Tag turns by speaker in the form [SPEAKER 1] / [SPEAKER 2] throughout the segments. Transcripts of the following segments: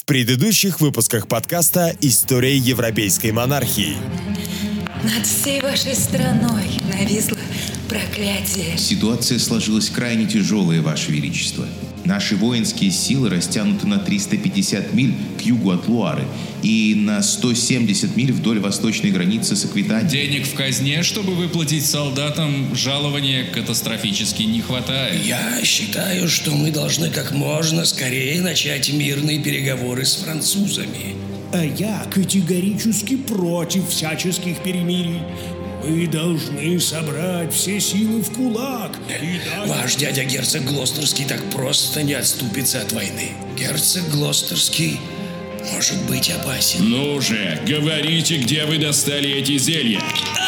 [SPEAKER 1] предыдущих выпусках подкаста «История европейской монархии».
[SPEAKER 2] Над всей вашей страной нависло проклятие.
[SPEAKER 3] Ситуация сложилась крайне тяжелая, Ваше Величество. Наши воинские силы растянуты на 350 миль к югу от Луары и на 170 миль вдоль восточной границы с Аквитанией.
[SPEAKER 4] Денег в казне, чтобы выплатить солдатам жалования, катастрофически не хватает.
[SPEAKER 5] Я считаю, что мы должны как можно скорее начать мирные переговоры с французами.
[SPEAKER 6] А я категорически против всяческих перемирий. Мы должны собрать все силы в кулак.
[SPEAKER 5] Ваш дядя герцог Глостерский так просто не отступится от войны. Герцог Глостерский может быть опасен.
[SPEAKER 4] Ну же, говорите, где вы достали эти зелья.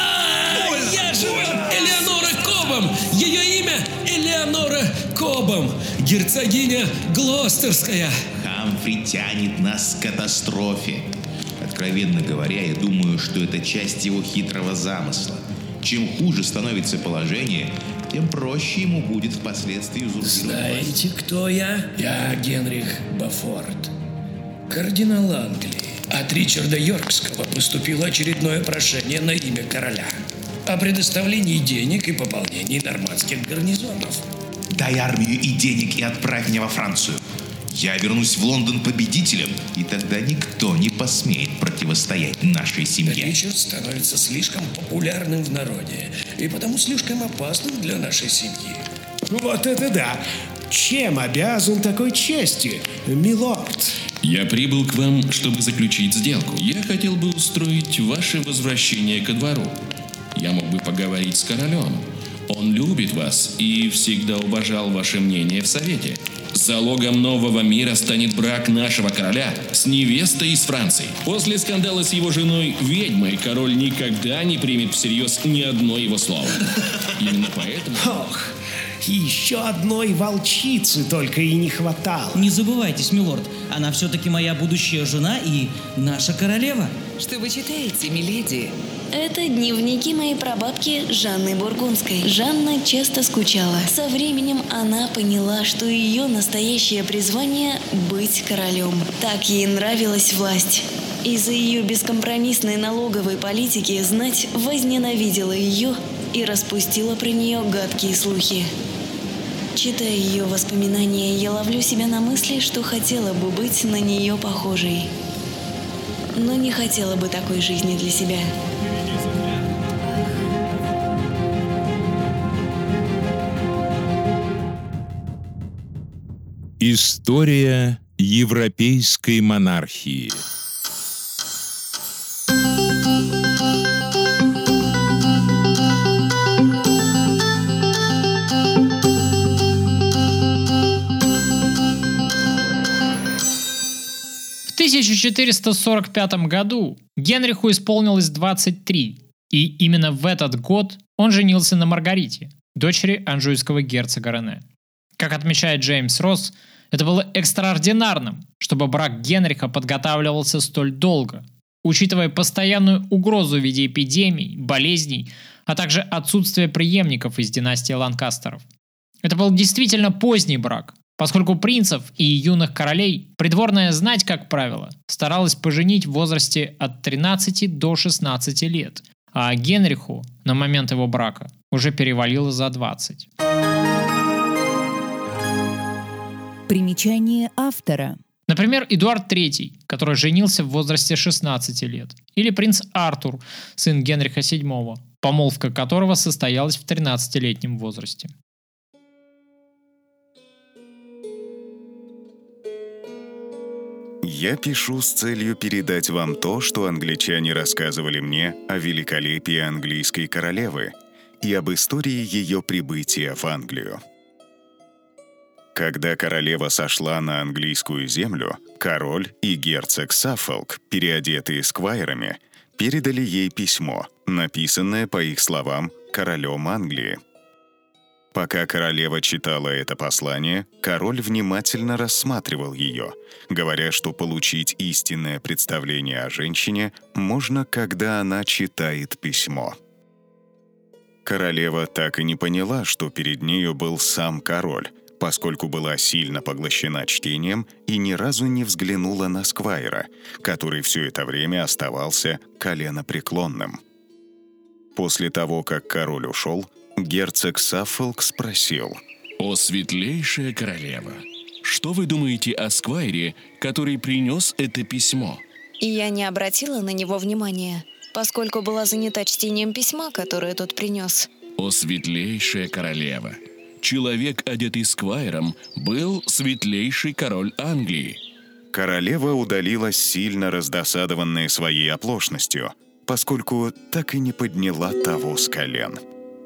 [SPEAKER 5] Я же Элеонора Кобом! Ее имя Элеонора Кобом! Герцогиня Глостерская!
[SPEAKER 3] Хамфри тянет нас к катастрофе. Откровенно говоря, я думаю, что это часть его хитрого замысла. Чем хуже становится положение, тем проще ему будет впоследствии узурпировать.
[SPEAKER 5] Знаете, кто я? Я Генрих Бофорт, кардинал Англии. От Ричарда Йоркского поступило очередное прошение на имя короля о предоставлении денег и пополнении нормандских гарнизонов.
[SPEAKER 3] Дай армию и денег и отправь меня во Францию. Я вернусь в Лондон победителем, и тогда никто не посмеет противостоять нашей семье.
[SPEAKER 5] Ричард становится слишком популярным в народе, и потому слишком опасным для нашей семьи.
[SPEAKER 6] Вот это да! Чем обязан такой чести, милорд?
[SPEAKER 4] Я прибыл к вам, чтобы заключить сделку. Я хотел бы устроить ваше возвращение ко двору. Я мог бы поговорить с королем. Он любит вас и всегда уважал ваше мнение в совете. Залогом нового мира станет брак нашего короля с невестой из Франции. После скандала с его женой ведьмой король никогда не примет всерьез ни одно его слово. Именно поэтому...
[SPEAKER 6] Ох, еще одной волчицы только и не хватало.
[SPEAKER 7] Не забывайтесь, милорд, она все-таки моя будущая жена и наша королева.
[SPEAKER 2] Что вы читаете, миледи?
[SPEAKER 8] Это дневники моей прабабки Жанны Бургундской. Жанна часто скучала. Со временем она поняла, что ее настоящее призвание – быть королем. Так ей нравилась власть. Из-за ее бескомпромиссной налоговой политики знать возненавидела ее и распустила про нее гадкие слухи. Читая ее воспоминания, я ловлю себя на мысли, что хотела бы быть на нее похожей. Но не хотела бы такой жизни для себя.
[SPEAKER 9] История европейской монархии.
[SPEAKER 10] В 1445 году Генриху исполнилось 23, и именно в этот год он женился на Маргарите, дочери анжуйского герцога Рене. Как отмечает Джеймс Росс, это было экстраординарным, чтобы брак Генриха подготавливался столь долго, учитывая постоянную угрозу в виде эпидемий, болезней, а также отсутствие преемников из династии Ланкастеров. Это был действительно поздний брак, поскольку принцев и юных королей придворная знать, как правило, старалась поженить в возрасте от 13 до 16 лет, а Генриху на момент его брака уже перевалило за 20.
[SPEAKER 11] Примечание автора.
[SPEAKER 10] Например, Эдуард III, который женился в возрасте 16 лет, или принц Артур, сын Генриха VII, помолвка которого состоялась в 13-летнем возрасте.
[SPEAKER 12] Я пишу с целью передать вам то, что англичане рассказывали мне о великолепии английской королевы и об истории ее прибытия в Англию. Когда королева сошла на английскую землю, король и герцог Саффолк, переодетые сквайрами, передали ей письмо, написанное, по их словам, королем Англии. Пока королева читала это послание, король внимательно рассматривал ее, говоря, что получить истинное представление о женщине можно, когда она читает письмо. Королева так и не поняла, что перед нею был сам король, поскольку была сильно поглощена чтением и ни разу не взглянула на сквайра, который все это время оставался коленопреклонным. После того, как король ушел, герцог Саффолк спросил:
[SPEAKER 4] «О, светлейшая королева, что вы думаете о сквайре, который принес это письмо?»
[SPEAKER 8] Я не обратила на него внимания, поскольку была занята чтением письма, которое тот принес.
[SPEAKER 4] «О, светлейшая королева, человек, одетый сквайром, был светлейший король Англии».
[SPEAKER 12] Королева удалилась, сильно раздосадованная своей оплошностью, поскольку так и не подняла того с колен.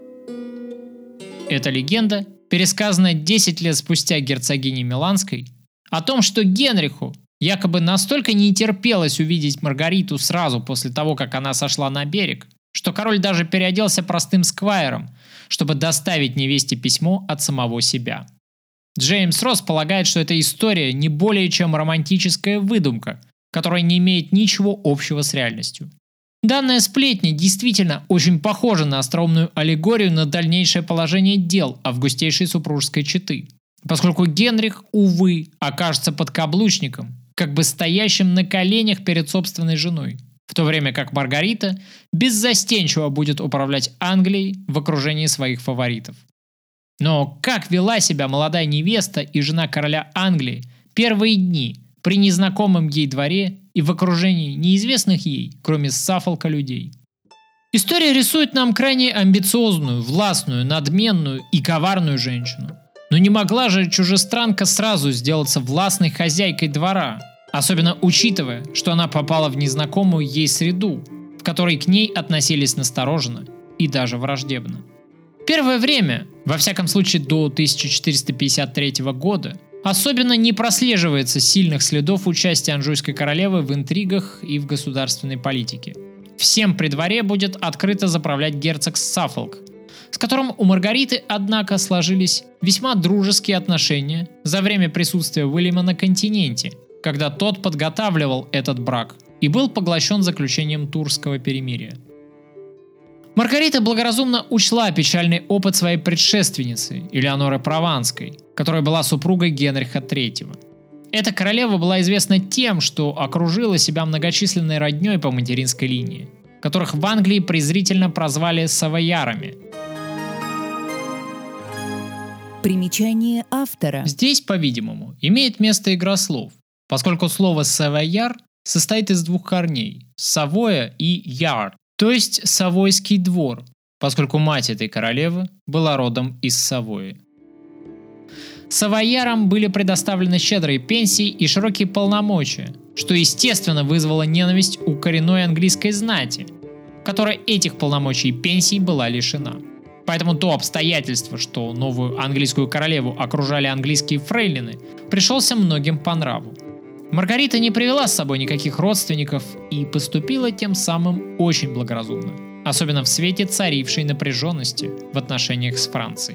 [SPEAKER 10] Эта легенда, пересказанная 10 лет спустя герцогиней Миланской, о том, что Генриху якобы настолько не терпелось увидеть Маргариту сразу после того, как она сошла на берег, что король даже переоделся простым сквайром, чтобы доставить невесте письмо от самого себя. Джеймс Росс полагает, что эта история не более чем романтическая выдумка, которая не имеет ничего общего с реальностью. Данная сплетня действительно очень похожа на остроумную аллегорию на дальнейшее положение дел августейшей супружеской четы, поскольку Генрих, увы, окажется подкаблучником, как бы стоящим на коленях перед собственной женой, в то время как Маргарита беззастенчиво будет управлять Англией в окружении своих фаворитов. Но как вела себя молодая невеста и жена короля Англии первые дни при незнакомом ей дворе и в окружении неизвестных ей, кроме Саффолка, людей? История рисует нам крайне амбициозную, властную, надменную и коварную женщину. Но не могла же чужестранка сразу сделаться властной хозяйкой двора, особенно учитывая, что она попала в незнакомую ей среду, в которой к ней относились настороженно и даже враждебно. Первое время, во всяком случае до 1453 года, особенно не прослеживается сильных следов участия Анжуйской королевы в интригах и в государственной политике. Всем при дворе будет открыто заправлять герцог Саффолк, с которым у Маргариты, однако, сложились весьма дружеские отношения за время присутствия Уильяма на континенте, когда тот подготавливал этот брак и был поглощен заключением Турского перемирия. Маргарита благоразумно учла печальный опыт своей предшественницы, Элеоноры Прованской, которая была супругой Генриха III. Эта королева была известна тем, что окружила себя многочисленной родней по материнской линии, которых в Англии презрительно прозвали савойярами.
[SPEAKER 11] Примечание автора.
[SPEAKER 10] Здесь, по-видимому, имеет место игра слов, поскольку слово «савойяр» состоит из двух корней – «савоя» и «яр», то есть Савойский двор, поскольку мать этой королевы была родом из Савои. Савойярам были предоставлены щедрые пенсии и широкие полномочия, что естественно вызвало ненависть у коренной английской знати, которая этих полномочий и пенсий была лишена. Поэтому то обстоятельство, что новую английскую королеву окружали английские фрейлины, пришелся многим по нраву. Маргарита не привела с собой никаких родственников и поступила тем самым очень благоразумно, особенно в свете царившей напряженности в отношениях с Францией.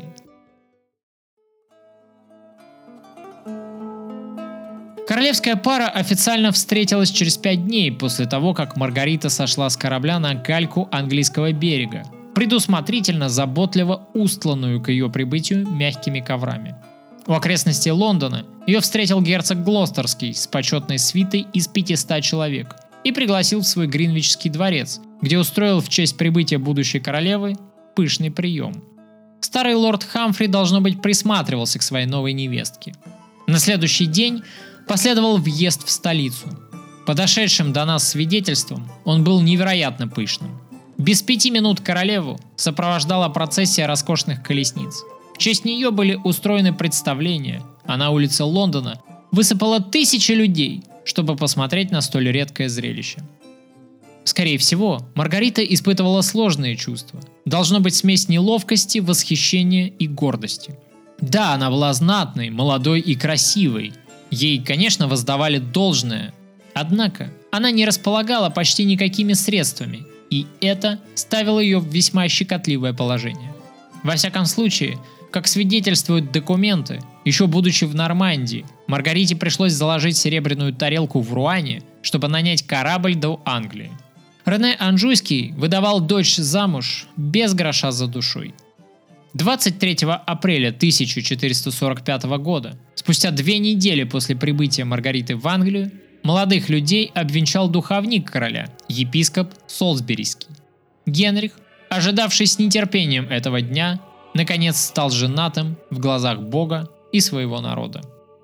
[SPEAKER 10] Королевская пара официально встретилась через 5 дней после того, как Маргарита сошла с корабля на гальку английского берега, предусмотрительно заботливо устланную к ее прибытию мягкими коврами. У окрестностей Лондона ее встретил герцог Глостерский с почетной свитой из 500 человек и пригласил в свой Гринвичский дворец, где устроил в честь прибытия будущей королевы пышный прием. Старый лорд Хамфри, должно быть, присматривался к своей новой невестке. На следующий день последовал въезд в столицу. Подошедшим до нас свидетельством он был невероятно пышным. Без 5 минут королеву сопровождала процессия роскошных колесниц. В честь нее были устроены представления, а на улице Лондона высыпало 1000 людей, чтобы посмотреть на столь редкое зрелище. Скорее всего, Маргарита испытывала сложные чувства. Должно быть смесь неловкости, восхищения и гордости. Да, она была знатной, молодой и красивой. Ей, конечно, воздавали должное. Однако, она не располагала почти никакими средствами, и это ставило ее в весьма щекотливое положение. Во всяком случае, как свидетельствуют документы, еще будучи в Нормандии, Маргарите пришлось заложить серебряную тарелку в Руане, чтобы нанять корабль до Англии. Рене Анжуйский выдавал дочь замуж без гроша за душой. 23 апреля 1445 года, спустя 2 недели после прибытия Маргариты в Англию, молодых людей обвенчал духовник короля, епископ Солсберийский. Генрих, ожидавший с нетерпением этого дня, наконец стал женатым в глазах Бога и своего народа.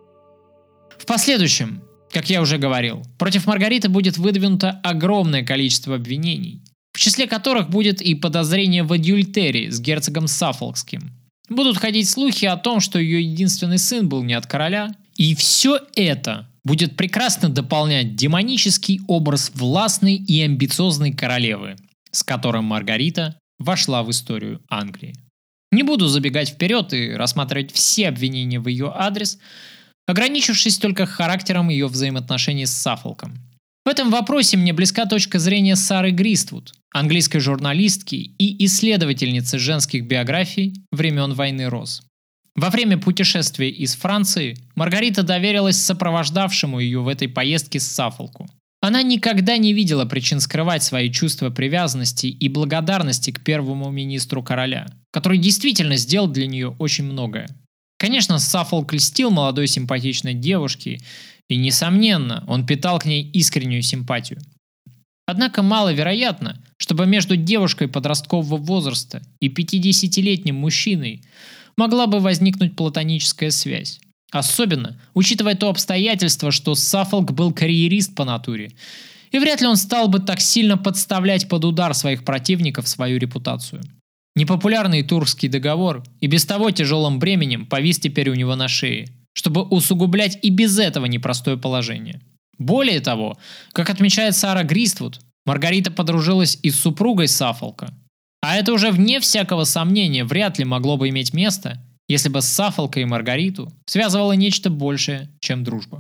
[SPEAKER 10] В последующем, как я уже говорил, против Маргариты будет выдвинуто огромное количество обвинений, в числе которых будет и подозрение в адюльтерии с герцогом Саффолкским. Будут ходить слухи о том, что ее единственный сын был не от короля, и все это будет прекрасно дополнять демонический образ властной и амбициозной королевы, с которым Маргарита вошла в историю Англии. Не буду забегать вперед и рассматривать все обвинения в ее адрес, ограничившись только характером ее взаимоотношений с Саффолком. В этом вопросе мне близка точка зрения Сары Гриствуд, английской журналистки и исследовательницы женских биографий времен войны роз. Во время путешествия из Франции Маргарита доверилась сопровождавшему ее в этой поездке Саффолку. Она никогда не видела причин скрывать свои чувства привязанности и благодарности к первому министру короля, который действительно сделал для нее очень многое. Конечно, Саффолк льстил молодой симпатичной девушке, и, несомненно, он питал к ней искреннюю симпатию. Однако маловероятно, чтобы между девушкой подросткового возраста и 50-летним мужчиной могла бы возникнуть платоническая связь. Особенно, учитывая то обстоятельство, что Саффолк был карьерист по натуре, и вряд ли он стал бы так сильно подставлять под удар своих противников свою репутацию. Непопулярный Турский договор и без того тяжелым бременем повис теперь у него на шее, чтобы усугублять и без этого непростое положение. Более того, как отмечает Сара Гриствуд, Маргарита подружилась и с супругой Саффолка. А это уже вне всякого сомнения вряд ли могло бы иметь место, если бы Саффолка и Маргариту связывало нечто большее, чем дружба.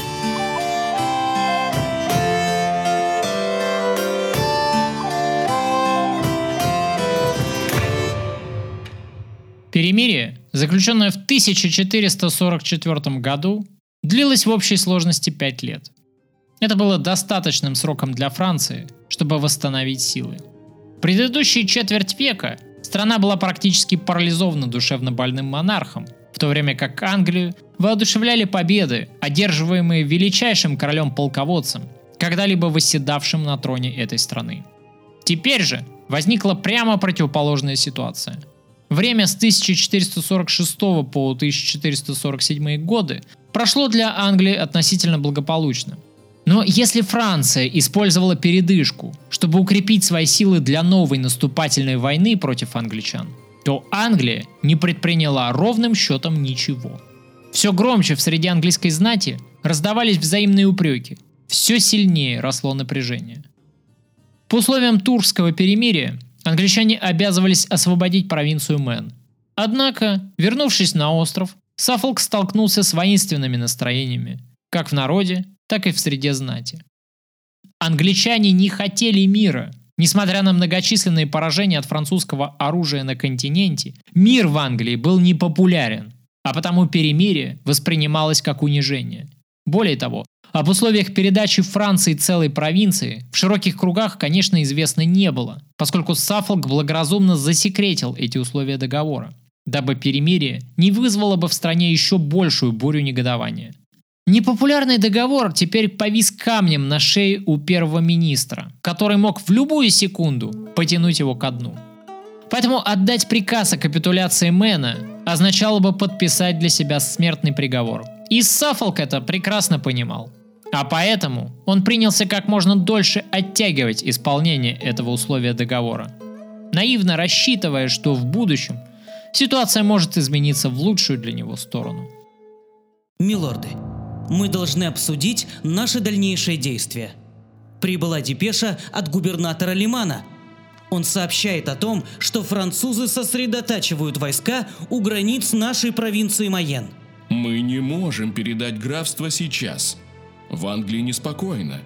[SPEAKER 10] Перемирие, заключенное в 1444 году, длилось в общей сложности 5 лет. Это было достаточным сроком для Франции, чтобы восстановить силы. В предыдущие четверть века страна была практически парализована душевно больным монархом, в то время как Англию воодушевляли победы, одерживаемые величайшим королем-полководцем, когда-либо восседавшим на троне этой страны. Теперь же возникла прямо противоположная ситуация. Время с 1446 по 1447 годы прошло для Англии относительно благополучно. Но если Франция использовала передышку, чтобы укрепить свои силы для новой наступательной войны против англичан, то Англия не предприняла ровным счетом ничего. Все громче в среде английской знати раздавались взаимные упреки, все сильнее росло напряжение. По условиям Турского перемирия англичане обязывались освободить провинцию Мэн. Однако, вернувшись на остров, Саффолк столкнулся с воинственными настроениями, как в народе, так и в среде знати. Англичане не хотели мира. Несмотря на многочисленные поражения от французского оружия на континенте, мир в Англии был непопулярен, а потому перемирие воспринималось как унижение. Более того, об условиях передачи Франции целой провинции в широких кругах, конечно, известно не было, поскольку Саффолк благоразумно засекретил эти условия договора, дабы перемирие не вызвало бы в стране еще большую бурю негодования. Непопулярный договор теперь повис камнем на шее у первого министра, который мог в любую секунду потянуть его ко дну. Поэтому отдать приказ о капитуляции Мэна означало бы подписать для себя смертный приговор. И Саффолк это прекрасно понимал. А поэтому он принялся как можно дольше оттягивать исполнение этого условия договора, наивно рассчитывая, что в будущем ситуация может измениться в лучшую для него сторону.
[SPEAKER 7] Милорды, мы должны обсудить наши дальнейшие действия. Прибыла депеша от губернатора Лимана. Он сообщает о том, что французы сосредотачивают войска у границ нашей провинции Майен.
[SPEAKER 4] Мы не можем передать графство сейчас. В Англии неспокойно.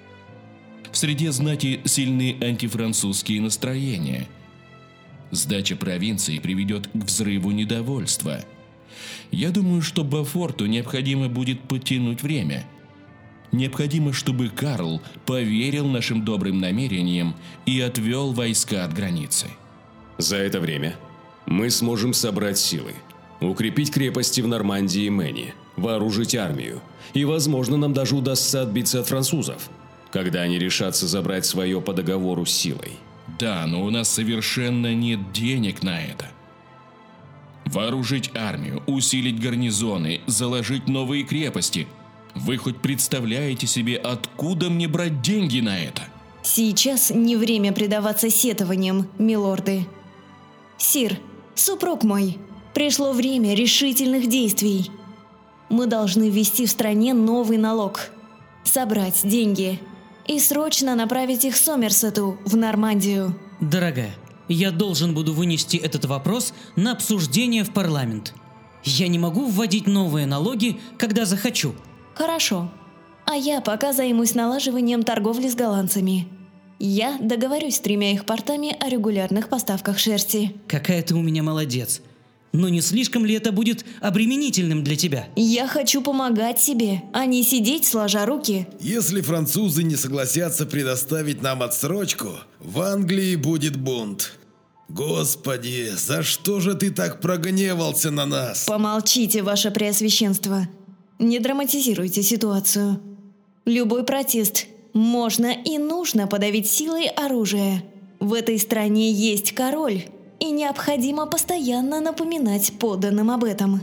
[SPEAKER 4] В среде знати сильны антифранцузские настроения. Сдача провинции приведет к взрыву недовольства. Я думаю, что Бофорту необходимо будет потянуть время. Необходимо, чтобы Карл поверил нашим добрым намерениям и отвел войска от границы.
[SPEAKER 13] За это время Мы сможем собрать силы, укрепить крепости в Нормандии и Мэне, вооружить армию, и, возможно, нам даже удастся отбиться от французов, когда они решатся забрать свое по договору силой.
[SPEAKER 4] Да, но у нас совершенно нет денег на это. Вооружить армию, усилить гарнизоны, заложить новые крепости. Вы хоть представляете себе, откуда мне брать деньги на это?
[SPEAKER 8] Сейчас не время предаваться сетованиям, милорды. Сир, супруг мой, пришло время решительных действий. Мы должны ввести в стране новый налог, собрать деньги и срочно направить их Сомерсету в Нормандию.
[SPEAKER 7] Дорогая, я должен буду вынести этот вопрос на обсуждение в парламент. Я не могу вводить новые налоги, когда захочу.
[SPEAKER 8] Хорошо. А я пока займусь налаживанием торговли с голландцами. Я договорюсь с 3 их портами о регулярных поставках шерсти.
[SPEAKER 7] Какая ты у меня молодец. Но не слишком ли это будет обременительным для тебя?
[SPEAKER 8] Я хочу помогать себе, а не сидеть сложа руки.
[SPEAKER 14] Если французы не согласятся предоставить нам отсрочку, в Англии будет бунт. Господи, за что же ты так прогневался на нас?
[SPEAKER 8] Помолчите, ваше преосвященство. Не драматизируйте ситуацию. Любой протест можно и нужно подавить силой оружия. В этой стране есть король, и необходимо постоянно напоминать подданным об этом.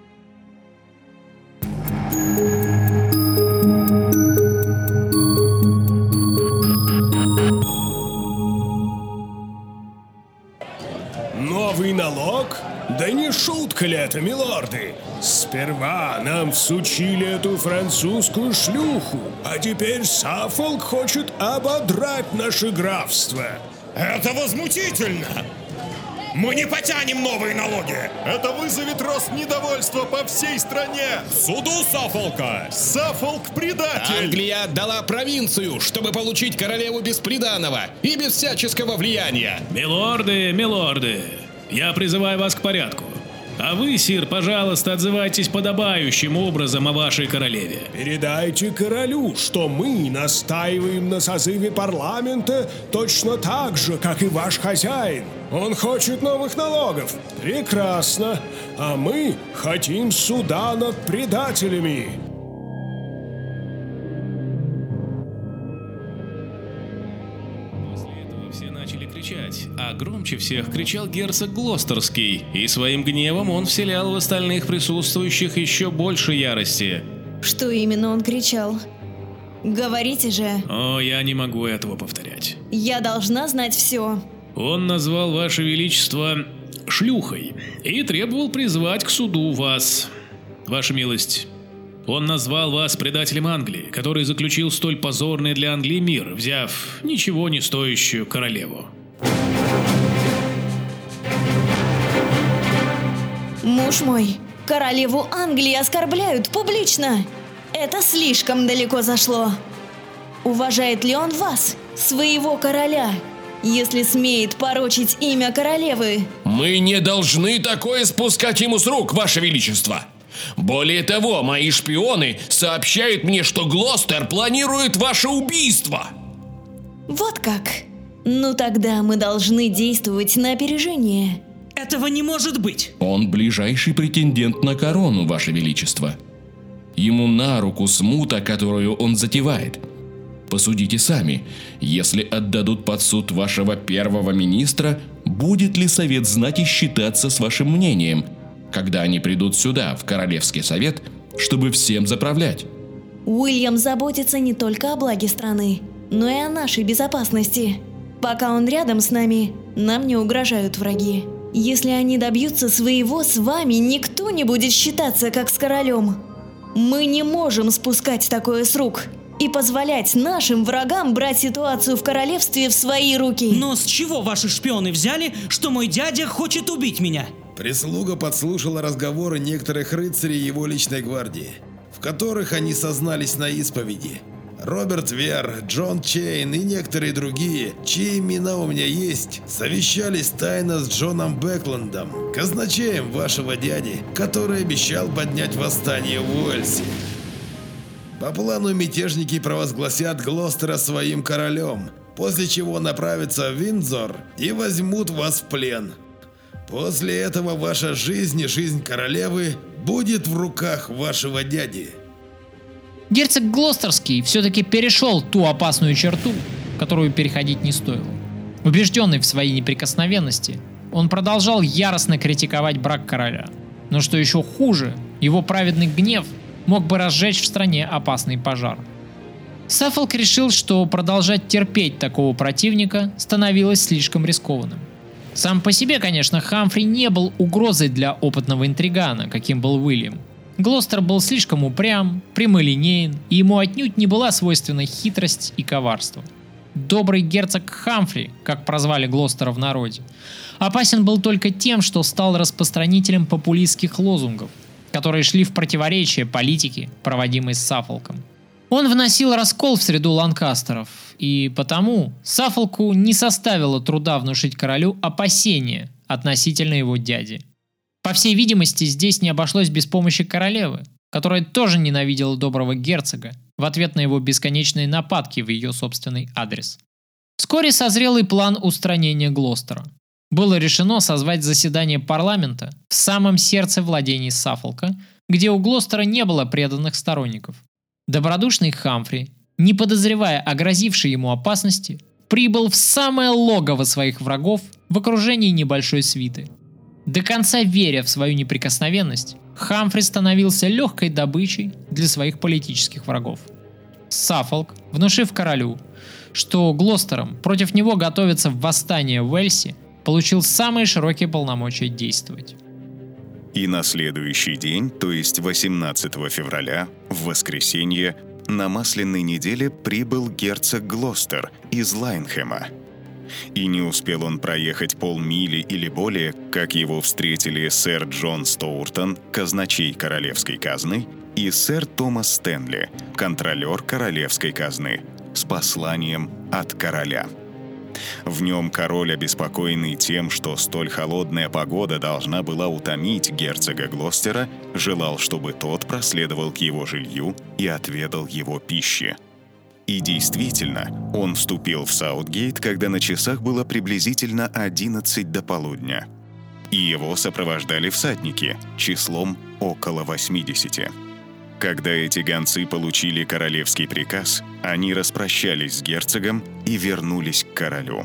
[SPEAKER 6] Новый налог? Да не шутка ли это, милорды? Сперва нам всучили эту французскую шлюху, а теперь Саффолк хочет ободрать наше графство.
[SPEAKER 1] Это возмутительно! Мы не потянем новые налоги! Это вызовет рост недовольства по всей стране! К суду Саффолка! Саффолк предатель!
[SPEAKER 15] Англия отдала провинцию, чтобы получить королеву без приданого и без всяческого влияния!
[SPEAKER 16] Милорды, милорды, я призываю вас к порядку. А вы, сир, пожалуйста, отзывайтесь подобающим образом о вашей королеве.
[SPEAKER 6] Передайте королю, что мы настаиваем на созыве парламента точно так же, как и ваш хозяин. Он хочет новых налогов. Прекрасно. А мы хотим суда над предателями.
[SPEAKER 16] А громче всех кричал герцог Глостерский, и своим гневом он вселял в остальных присутствующих еще больше ярости.
[SPEAKER 8] Что именно он кричал? Говорите же.
[SPEAKER 16] О, я не могу этого повторять.
[SPEAKER 8] Я должна знать все.
[SPEAKER 16] Он назвал ваше величество шлюхой и требовал призвать к суду вас, ваша милость. Он назвал вас предателем Англии, который заключил столь позорный для Англии мир, взяв ничего не стоящую королеву.
[SPEAKER 8] Муж мой, королеву Англии оскорбляют публично. Это слишком далеко зашло. Уважает ли он вас, своего короля, если смеет порочить имя королевы?
[SPEAKER 15] Мы не должны такое спускать ему с рук, ваше величество. Более того, мои шпионы сообщают мне, что Глостер планирует ваше убийство.
[SPEAKER 8] Вот как? Ну тогда мы должны действовать на опережение.
[SPEAKER 7] Этого не может быть!
[SPEAKER 4] Он ближайший претендент на корону, ваше величество. Ему на руку смута, которую он затевает. Посудите сами, если отдадут под суд вашего первого министра, будет ли совет знать и считаться с вашим мнением, когда они придут сюда, в Королевский совет, чтобы всем заправлять?
[SPEAKER 8] Уильям заботится не только о благе страны, но и о нашей безопасности. Пока он рядом с нами, нам не угрожают враги. Если они добьются своего, с вами никто не будет считаться как с королем. Мы не можем спускать такое с рук и позволять нашим врагам брать ситуацию в королевстве в свои руки.
[SPEAKER 7] Но с чего ваши шпионы взяли, что мой дядя хочет убить меня?
[SPEAKER 14] Прислуга подслушала разговоры некоторых рыцарей его личной гвардии, в которых они сознались на исповеди. Роберт Вер, Джон Чейн и некоторые другие, чьи имена у меня есть, совещались тайно с Джоном Бэкландом, казначеем вашего дяди, который обещал поднять восстание в Уэльсе. По плану мятежники провозгласят Глостера своим королем, после чего направятся в Виндзор и возьмут вас в плен. После этого ваша жизнь и жизнь королевы будет в руках вашего дяди.
[SPEAKER 10] Герцог Глостерский все-таки перешел ту опасную черту, которую переходить не стоило. Убежденный в своей неприкосновенности, он продолжал яростно критиковать брак короля. Но что еще хуже, его праведный гнев мог бы разжечь в стране опасный пожар. Саффолк решил, что продолжать терпеть такого противника становилось слишком рискованным. Сам по себе, конечно, Хамфри не был угрозой для опытного интригана, каким был Уильям. Глостер был слишком упрям, прямолинеен, и ему отнюдь не была свойственна хитрость и коварство. Добрый герцог Хамфри, как прозвали Глостера в народе, опасен был только тем, что стал распространителем популистских лозунгов, которые шли в противоречие политике, проводимой с Саффолком. Он вносил раскол в среду ланкастеров, и потому Саффолку не составило труда внушить королю опасения относительно его дяди. По всей видимости, здесь не обошлось без помощи королевы, которая тоже ненавидела доброго герцога в ответ на его бесконечные нападки в ее собственный адрес. Вскоре созрел и план устранения Глостера. Было решено созвать заседание парламента в самом сердце владений Саффолка, где у Глостера не было преданных сторонников. Добродушный Хамфри, не подозревая о грозившей ему опасности, прибыл в самое логово своих врагов в окружении небольшой свиты. До конца веря в свою неприкосновенность, Хамфри становился легкой добычей для своих политических врагов. Саффолк, внушив королю, что Глостером против него готовится восстание в Уэльсе, получил самые широкие полномочия действовать.
[SPEAKER 12] И на следующий день, то есть 18 февраля, в воскресенье, на Масляной неделе прибыл герцог Глостер из Лайнхэма. И не успел он проехать полмили или более, как его встретили сэр Джон Стоуртон, казначей королевской казны, и сэр Томас Стэнли, контролер королевской казны, с посланием от короля. В нем король, обеспокоенный тем, что столь холодная погода должна была утомить герцога Глостера, желал, чтобы тот проследовал к его жилью и отведал его пищи. И действительно, он вступил в Саутгейт, когда на часах было приблизительно 11 до полудня. И его сопровождали всадники, числом около 80. Когда эти гонцы получили королевский приказ, они распрощались с герцогом и вернулись к королю.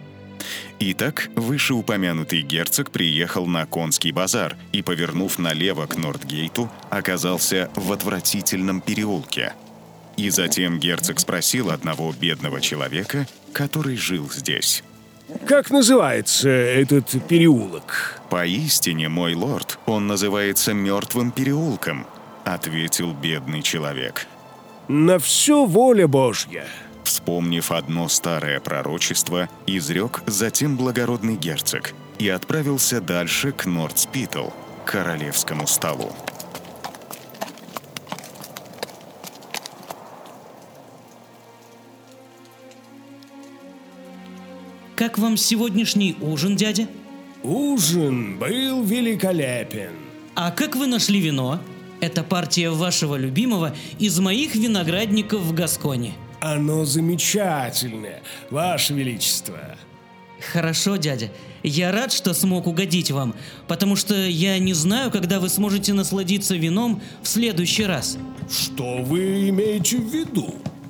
[SPEAKER 12] Итак, вышеупомянутый герцог приехал на Конский базар и, повернув налево к Нортгейту, оказался в отвратительном переулке. И затем герцог спросил одного бедного человека, который жил здесь:
[SPEAKER 6] «Как называется этот переулок?»
[SPEAKER 12] «Поистине, мой лорд, он называется Мертвым переулком», — ответил бедный человек.
[SPEAKER 6] «На все воля Божья».
[SPEAKER 12] Вспомнив одно старое пророчество, изрек затем благородный герцог и отправился дальше к Нордспитл, к королевскому столу.
[SPEAKER 7] Как вам сегодняшний ужин, дядя?
[SPEAKER 6] Ужин был великолепен.
[SPEAKER 7] А как вы нашли вино? Это партия вашего любимого из моих виноградников в Гасконе.
[SPEAKER 6] Оно замечательное, Ваше Величество.
[SPEAKER 7] Хорошо, дядя. Я рад, что смог угодить вам, потому что я не знаю, когда вы сможете насладиться вином в следующий раз.
[SPEAKER 6] Что вы имеете в виду?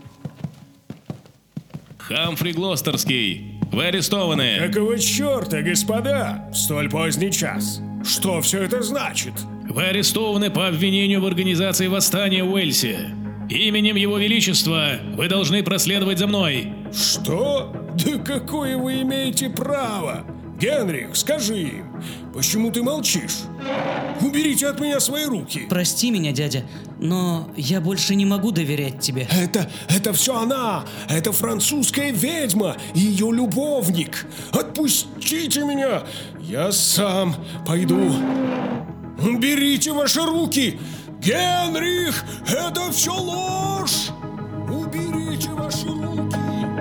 [SPEAKER 16] Хамфри Глостерский, вы арестованы.
[SPEAKER 6] Какого черта, господа, в столь поздний час? Что все это значит?
[SPEAKER 16] Вы арестованы по обвинению в организации восстания в Уэльсе. Именем Его Величества вы должны проследовать за мной.
[SPEAKER 6] Что? Да какое вы имеете право? Генрих, скажи им, почему ты молчишь? Уберите от меня свои руки.
[SPEAKER 7] Прости меня, дядя, но я больше не могу доверять тебе.
[SPEAKER 6] Это все она. Это французская ведьма и ее любовник. Отпустите меня. Я сам пойду. Уберите ваши руки. Генрих, это все ложь. Уберите ваши руки.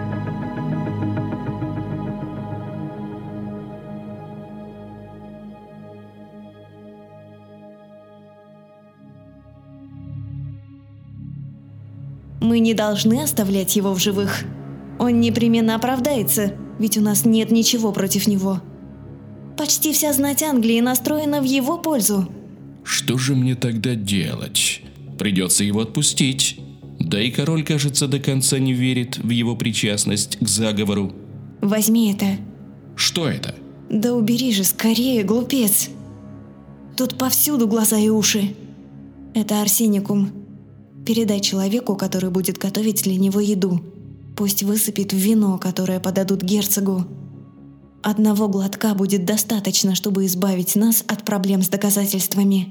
[SPEAKER 8] Мы не должны оставлять его в живых. Он непременно оправдается, ведь у нас нет ничего против него. Почти вся знать Англии настроена в его пользу.
[SPEAKER 4] Что же мне тогда делать? Придется его отпустить. Да и король, кажется, до конца не верит в его причастность к заговору.
[SPEAKER 8] Возьми это.
[SPEAKER 4] Что это?
[SPEAKER 8] Да убери же скорее, глупец. Тут повсюду глаза и уши. Это арсеникум. Передай человеку, который будет готовить для него еду. Пусть высыпет в вино, которое подадут герцогу. Одного глотка будет достаточно, чтобы избавить нас от проблем с доказательствами.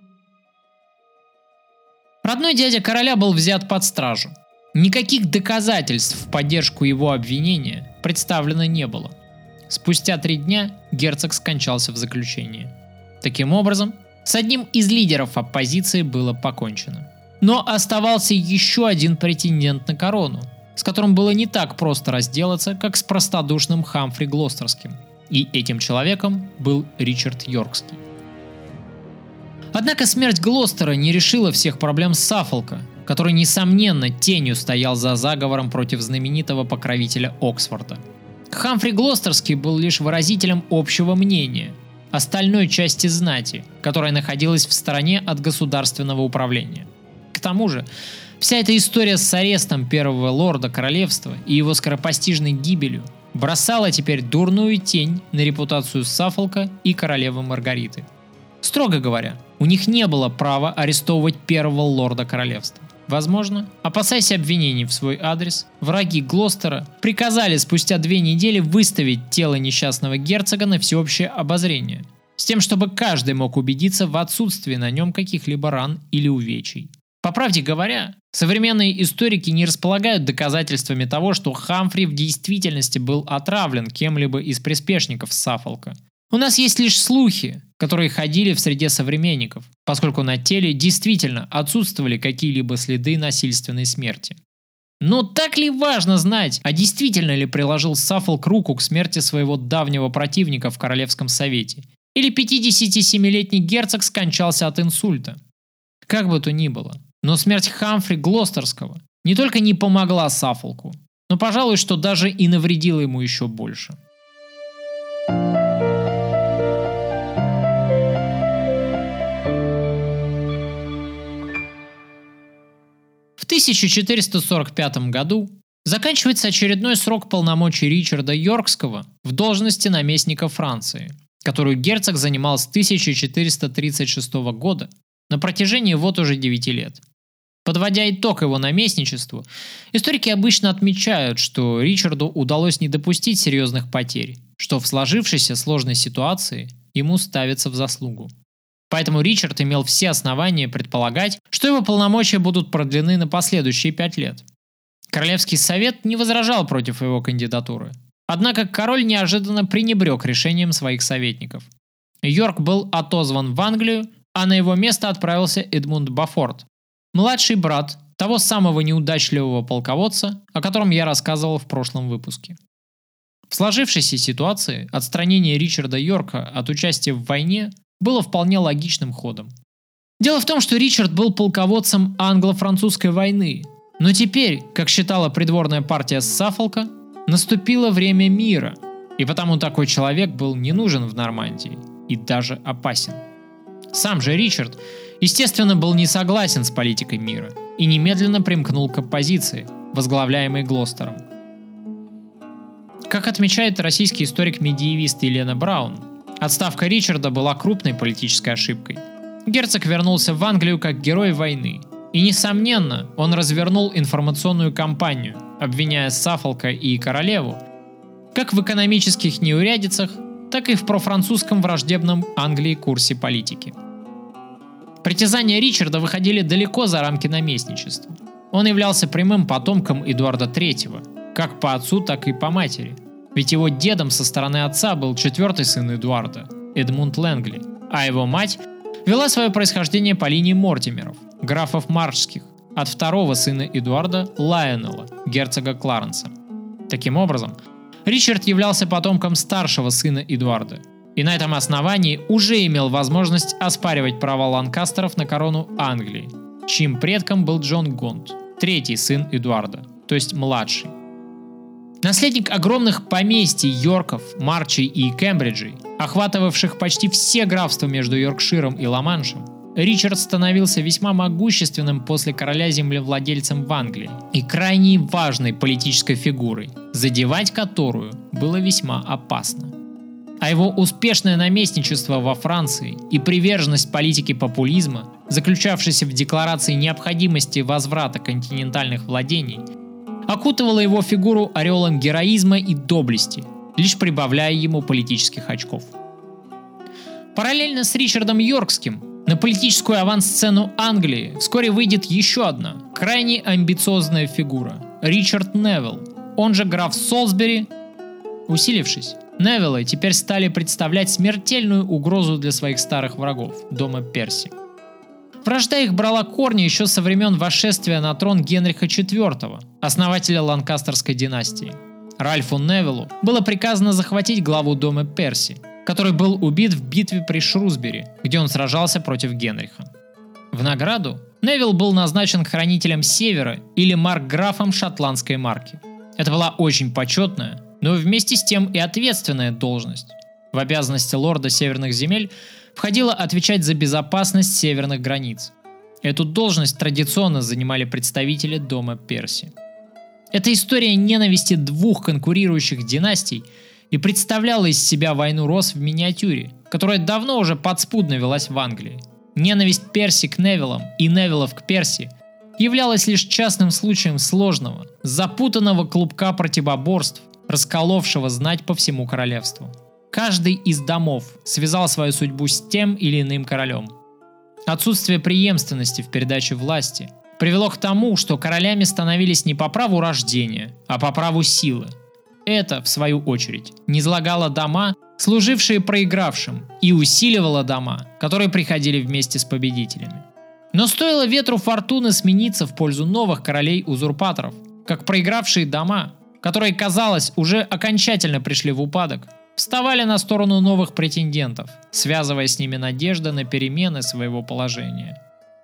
[SPEAKER 10] Родной дядя короля был взят под стражу. Никаких доказательств в поддержку его обвинения представлено не было. Спустя 3 дня герцог скончался в заключении. Таким образом, с одним из лидеров оппозиции было покончено. Но оставался еще один претендент на корону, с которым было не так просто разделаться, как с простодушным Хамфри Глостерским. И этим человеком был Ричард Йоркский. Однако смерть Глостера не решила всех проблем Саффолка, который, несомненно, тенью стоял за заговором против знаменитого покровителя Оксфорда. Хамфри Глостерский был лишь выразителем общего мнения остальной части знати, которая находилась в стороне от государственного управления. К тому же, вся эта история с арестом первого лорда королевства и его скоропостижной гибелью бросала теперь дурную тень на репутацию Саффолка и королевы Маргариты. Строго говоря, у них не было права арестовывать первого лорда королевства. Возможно, опасаясь обвинений в свой адрес, враги Глостера приказали спустя 2 недели выставить тело несчастного герцога на всеобщее обозрение, с тем, чтобы каждый мог убедиться в отсутствии на нем каких-либо ран или увечий. По правде говоря, современные историки не располагают доказательствами того, что Хамфри в действительности был отравлен кем-либо из приспешников Саффолка. У нас есть лишь слухи, которые ходили в среде современников, поскольку на теле действительно отсутствовали какие-либо следы насильственной смерти. Но так ли важно знать, а действительно ли приложил Саффолк руку к смерти своего давнего противника в Королевском совете? Или 57-летний герцог скончался от инсульта? Как бы то ни было, но смерть Хамфри Глостерского не только не помогла Саффолку, но, пожалуй, что даже и навредила ему еще больше. В 1445 году заканчивается очередной срок полномочий Ричарда Йоркского в должности наместника Франции, которую герцог занимал с 1436 года на протяжении вот уже 9 лет. Подводя итог его наместничеству, историки обычно отмечают, что Ричарду удалось не допустить серьезных потерь, что в сложившейся сложной ситуации ему ставится в заслугу. Поэтому Ричард имел все основания предполагать, что его полномочия будут продлены на последующие 5 лет. Королевский совет не возражал против его кандидатуры. Однако король неожиданно пренебрег решением своих советников. Йорк был отозван в Англию, а на его место отправился Эдмунд Бафорт, младший брат того самого неудачливого полководца, о котором я рассказывал в прошлом выпуске. В сложившейся ситуации отстранение Ричарда Йорка от участия в войне было вполне логичным ходом. Дело в том, что Ричард был полководцем англо-французской войны, но теперь, как считала придворная партия Саффолка, наступило время мира, и потому такой человек был не нужен в Нормандии и даже опасен. Сам же Ричард, естественно, был не согласен с политикой мира и немедленно примкнул к оппозиции, возглавляемой Глостером. Как отмечает российский историк-медиевист Елена Браун, отставка Ричарда была крупной политической ошибкой. Герцог вернулся в Англию как герой войны, и, несомненно, он развернул информационную кампанию, обвиняя Саффолка и королеву как в экономических неурядицах, так и в профранцузском враждебном Англии курсе политики. Притязания Ричарда выходили далеко за рамки наместничества. Он являлся прямым потомком Эдуарда III, как по отцу, так и по матери. Ведь его дедом со стороны отца был 4-й сын Эдуарда, Эдмунд Лэнгли, а его мать вела свое происхождение по линии Мортимеров, графов Марчских, от 2-го сына Эдуарда Лайонела, герцога Кларенса. Таким образом, Ричард являлся потомком старшего сына Эдуарда, и на этом основании уже имел возможность оспаривать права Ланкастеров на корону Англии, чьим предком был Джон Гонт, 3-й сын Эдуарда, то есть младший. Наследник огромных поместий Йорков, Марчей и Кембриджей, охватывавших почти все графства между Йоркширом и Ла-Маншем, Ричард становился весьма могущественным после короля землевладельцем в Англии и крайне важной политической фигурой, задевать которую было весьма опасно. А его успешное наместничество во Франции и приверженность политике популизма, заключавшейся в декларации необходимости возврата континентальных владений, окутывала его фигуру ореолом героизма и доблести, лишь прибавляя ему политических очков. Параллельно с Ричардом Йоркским на политическую авансцену Англии вскоре выйдет еще одна, крайне амбициозная фигура – Ричард Невилл, он же граф Солсбери. Усилившись, Невиллы теперь стали представлять смертельную угрозу для своих старых врагов – дома Перси. Вражда их брала корни еще со времен восшествия на трон Генриха IV, основателя Ланкастерской династии. Ральфу Невиллу было приказано захватить главу дома Перси, который был убит в битве при Шрусбери, где он сражался против Генриха. В награду Невилл был назначен хранителем Севера или маркграфом шотландской марки. Это была очень почетная, но вместе с тем и ответственная должность. В обязанности лорда северных земель входило отвечать за безопасность северных границ. Эту должность традиционно занимали представители дома Перси. Эта история ненависти двух конкурирующих династий и представляла из себя войну рос в миниатюре, которая давно уже подспудно велась в Англии. Ненависть Перси к Невиллам и Невиллов к Перси являлась лишь частным случаем сложного, запутанного клубка противоборств, расколовшего знать по всему королевству. Каждый из домов связал свою судьбу с тем или иным королем. Отсутствие преемственности в передаче власти привело к тому, что королями становились не по праву рождения, а по праву силы. Это, в свою очередь, низлагало дома, служившие проигравшим, и усиливало дома, которые приходили вместе с победителями. Но стоило ветру фортуны смениться в пользу новых королей-узурпаторов, как проигравшие дома, которые, казалось, уже окончательно пришли в упадок, вставали на сторону новых претендентов, связывая с ними надежды на перемены своего положения.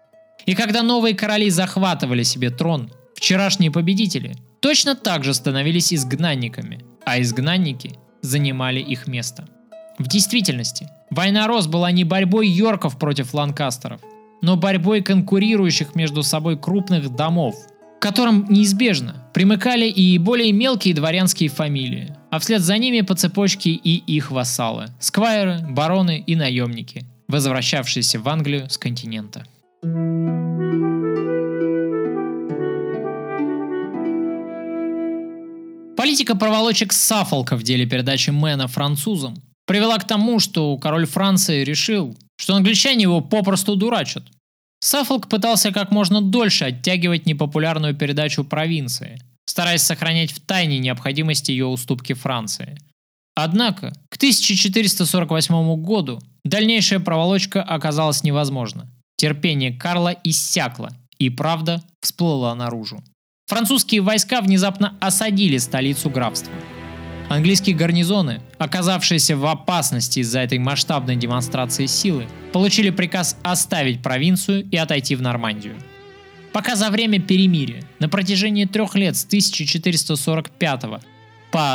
[SPEAKER 10] И когда новые короли захватывали себе трон, вчерашние победители точно так же становились изгнанниками, а изгнанники занимали их место. В действительности, война Рос была не борьбой Йорков против Ланкастеров, но борьбой конкурирующих между собой крупных домов, к которым неизбежно примыкали и более мелкие дворянские фамилии, а вслед за ними по цепочке и их вассалы – сквайры, бароны и наемники, возвращавшиеся в Англию с континента. Политика проволочек Саффолка в деле передачи Мэна французам привела к тому, что король Франции решил, что англичане его попросту дурачат. Саффолк пытался как можно дольше оттягивать непопулярную передачу провинции, стараясь сохранять в тайне необходимость ее уступки Франции. Однако, к 1448 году дальнейшая проволочка оказалась невозможна. Терпение Карла иссякло, и правда всплыла наружу. Французские войска внезапно осадили столицу графства. Английские гарнизоны, оказавшиеся в опасности из-за этой масштабной демонстрации силы, получили приказ оставить провинцию и отойти в Нормандию. Пока за время перемирия, на протяжении 3 лет с 1445 по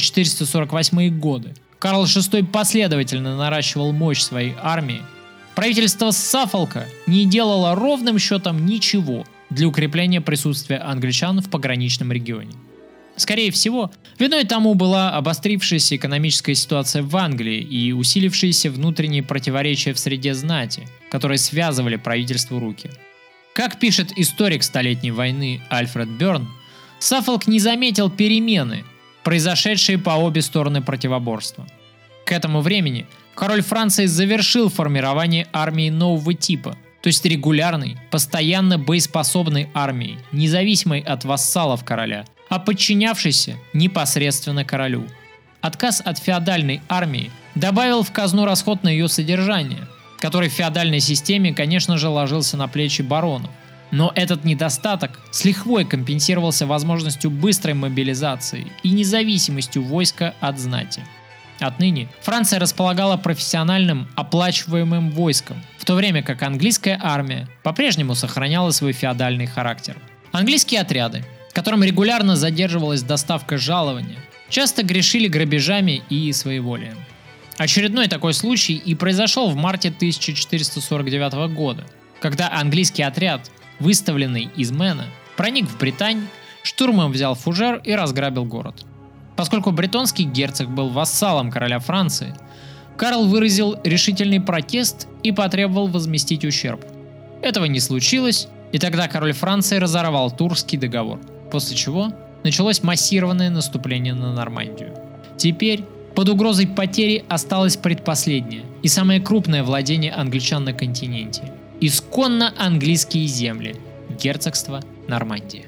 [SPEAKER 10] 1448 годы, Карл VI последовательно наращивал мощь своей армии, правительство Саффолка не делало ровным счетом ничего для укрепления присутствия англичан в пограничном регионе. Скорее всего, виной тому была обострившаяся экономическая ситуация в Англии и усилившиеся внутренние противоречия в среде знати, которые связывали правительству руки. Как пишет историк Столетней войны Альфред Бёрн, Саффолк не заметил перемены, произошедшие по обе стороны противоборства. К этому времени король Франции завершил формирование армии нового типа, то есть регулярной, постоянно боеспособной армии, независимой от вассалов короля, а подчинявшейся непосредственно королю. Отказ от феодальной армии добавил в казну расход на ее содержание, который в феодальной системе, конечно же, ложился на плечи баронов. Но этот недостаток с лихвой компенсировался возможностью быстрой мобилизации и независимостью войска от знати. Отныне Франция располагала профессиональным, оплачиваемым войском, в то время как английская армия по-прежнему сохраняла свой феодальный характер. Английские отряды, которым регулярно задерживалась доставка жалования, часто грешили грабежами и своеволием. Очередной такой случай и произошел в марте 1449 года, когда английский отряд, выставленный из Мэна, проник в Британь, штурмом взял Фужер и разграбил город. Поскольку бретонский герцог был вассалом короля Франции, Карл выразил решительный протест и потребовал возместить ущерб. Этого не случилось, и тогда король Франции разорвал Турский договор, после чего началось массированное наступление на Нормандию. Теперь под угрозой потери осталось предпоследнее и самое крупное владение англичан на континенте – исконно английские земли – герцогство Нормандия.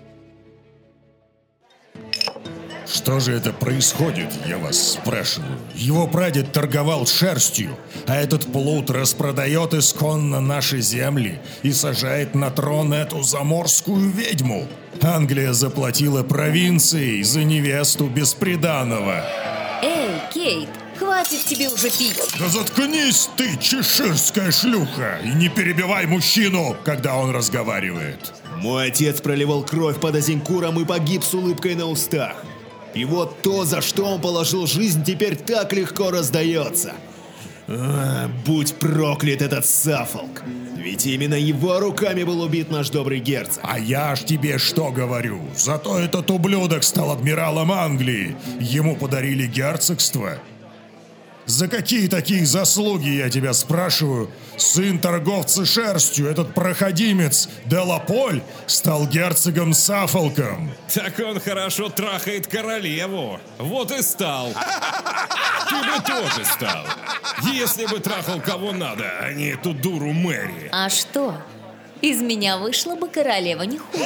[SPEAKER 1] Что же это происходит, я вас спрашиваю? Его прадед торговал шерстью, а этот плут распродает исконно наши земли и сажает на трон эту заморскую ведьму. Англия заплатила провинции за невесту бесприданного.
[SPEAKER 17] Эй, Кейт, хватит тебе уже пить.
[SPEAKER 1] Да заткнись ты, чеширская шлюха, и не перебивай мужчину, когда он разговаривает.
[SPEAKER 18] Мой отец проливал кровь под Азенкуром и погиб с улыбкой на устах. И вот то, за что он положил жизнь, теперь так легко раздается. Будь проклят этот Саффолк. Ведь именно его руками был убит наш добрый герцог.
[SPEAKER 1] А я ж тебе что говорю. Зато этот ублюдок стал адмиралом Англии. Ему подарили герцогство. За какие такие заслуги, я тебя спрашиваю? Сын торговца шерстью, этот проходимец де ла Поль, стал герцогом Саффолком.
[SPEAKER 19] Так он хорошо трахает королеву. Вот и стал. Ты бы тоже стал. Если бы трахал кого надо, а не эту дуру Мэри.
[SPEAKER 17] А что? Из меня вышла бы королева не хуже.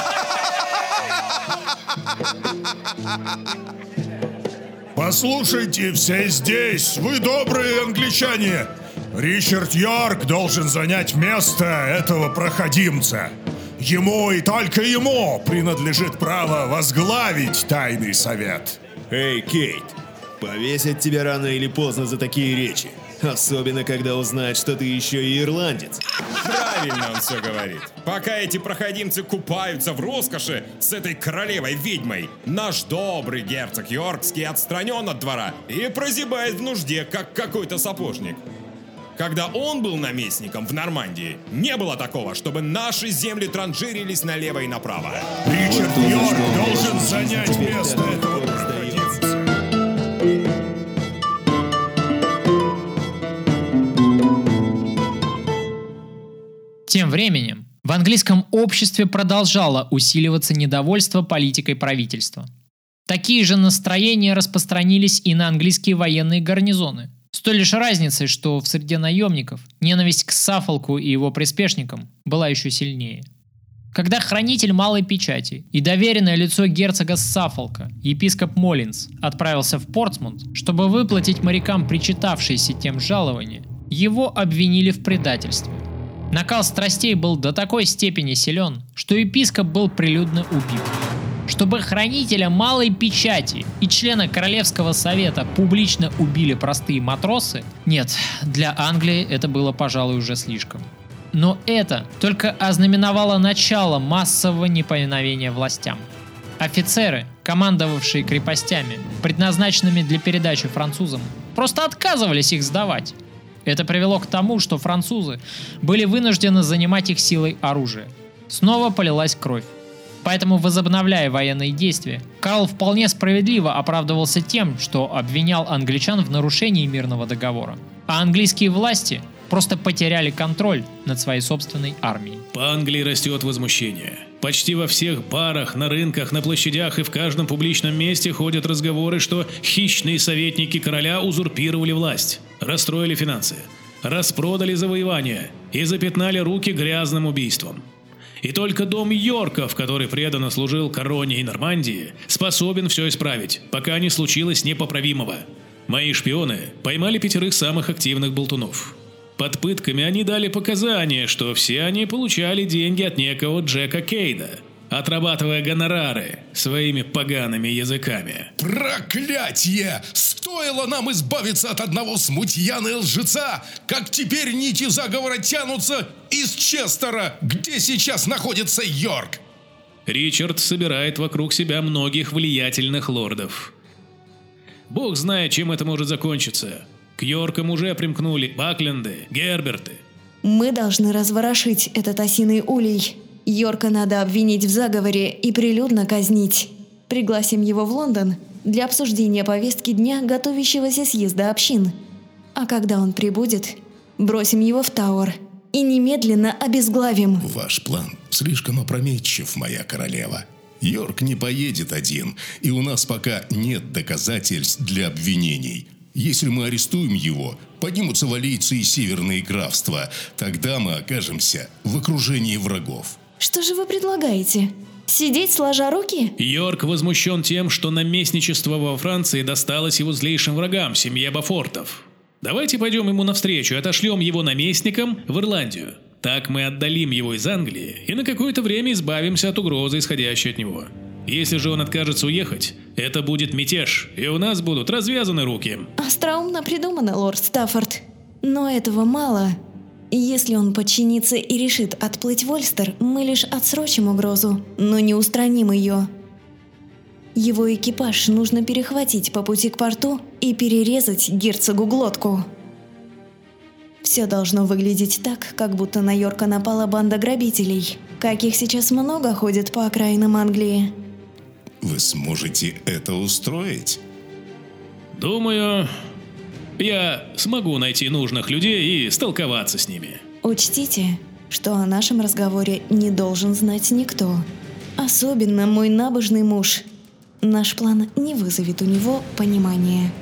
[SPEAKER 1] Послушайте, все здесь, вы добрые англичане. Ричард Йорк должен занять место этого проходимца. Ему и только ему принадлежит право возглавить тайный совет.
[SPEAKER 18] Эй, Кейт, повесят тебя рано или поздно за такие речи. Особенно, когда узнают, что ты еще и ирландец.
[SPEAKER 19] Правильно он все говорит. Пока эти проходимцы купаются в роскоши с этой королевой-ведьмой, наш добрый герцог Йоркский отстранен от двора и прозябает в нужде, как какой-то сапожник. Когда он был наместником в Нормандии, не было такого, чтобы наши земли транжирились налево и направо.
[SPEAKER 1] Ричард Йорк должен занять место этого проходимца.
[SPEAKER 10] Тем временем в английском обществе продолжало усиливаться недовольство политикой правительства. Такие же настроения распространились и на английские военные гарнизоны. С той лишь разницей, что в среде наемников ненависть к Саффолку и его приспешникам была еще сильнее. Когда хранитель Малой Печати и доверенное лицо герцога Саффолка, епископ Моллинс, отправился в Портсмут, чтобы выплатить морякам причитавшиеся тем жалования, его обвинили в предательстве. Накал страстей был до такой степени силен, что епископ был прилюдно убит. Чтобы хранителя Малой Печати и члена Королевского совета публично убили простые матросы, нет, для Англии это было, пожалуй, уже слишком. Но это только ознаменовало начало массового неповиновения властям. Офицеры, командовавшие крепостями, предназначенными для передачи французам, просто отказывались их сдавать. Это привело к тому, что французы были вынуждены занимать их силой оружия. Снова полилась кровь. Поэтому, возобновляя военные действия, Карл вполне справедливо оправдывался тем, что обвинял англичан в нарушении мирного договора. А английские власти просто потеряли контроль над своей собственной армией.
[SPEAKER 16] По Англии растет возмущение. Почти во всех барах, на рынках, на площадях и в каждом публичном месте ходят разговоры, что хищные советники короля узурпировали власть, расстроили финансы, распродали завоевания и запятнали руки грязным убийством. И только дом Йорков, который преданно служил короне и Нормандии, способен все исправить, пока не случилось непоправимого. Мои шпионы поймали 5 самых активных болтунов. Под пытками они дали показания, что все они получали деньги от некого Джека Кейда, отрабатывая гонорары своими погаными языками.
[SPEAKER 1] Проклятье! Стоило нам избавиться от одного смутьяна и лжеца, как теперь нити заговора тянутся из Честера, где сейчас находится Йорк.
[SPEAKER 16] Ричард собирает вокруг себя многих влиятельных лордов. Бог знает, чем это может закончиться. К Йоркам уже примкнули Бакленды, Герберты.
[SPEAKER 8] Мы должны разворошить этот осиный улей. Йорка надо обвинить в заговоре и прилюдно казнить. Пригласим его в Лондон для обсуждения повестки дня готовящегося съезда общин. А когда он прибудет, бросим его в Тауэр и немедленно обезглавим.
[SPEAKER 20] Ваш план слишком опрометчив, моя королева. Йорк не поедет один, и у нас пока нет доказательств для обвинений. Если мы арестуем его, поднимутся валлийцы и северные графства. Тогда мы окажемся в окружении врагов.
[SPEAKER 8] Что же вы предлагаете? Сидеть сложа руки?
[SPEAKER 16] Йорк возмущен тем, что наместничество во Франции досталось его злейшим врагам, семье Бофортов. Давайте пойдем ему навстречу и отошлем его наместником в Ирландию. Так мы отдалим его из Англии и на какое-то время избавимся от угрозы, исходящей от него. Если же он откажется уехать, это будет мятеж, и у нас будут развязаны руки.
[SPEAKER 8] Остроумно придумано, лорд Стаффорд. Но этого мало. Если он подчинится и решит отплыть в Ольстер, мы лишь отсрочим угрозу, но не устраним ее. Его экипаж нужно перехватить по пути к порту и перерезать герцогу глотку. Все должно выглядеть так, как будто на Йорка напала банда грабителей, каких сейчас много ходит по окраинам Англии.
[SPEAKER 20] Вы сможете это устроить?
[SPEAKER 16] Думаю, я смогу найти нужных людей и столковаться с ними.
[SPEAKER 8] Учтите, что о нашем разговоре не должен знать никто. Особенно мой набожный муж. Наш план не вызовет у него понимания.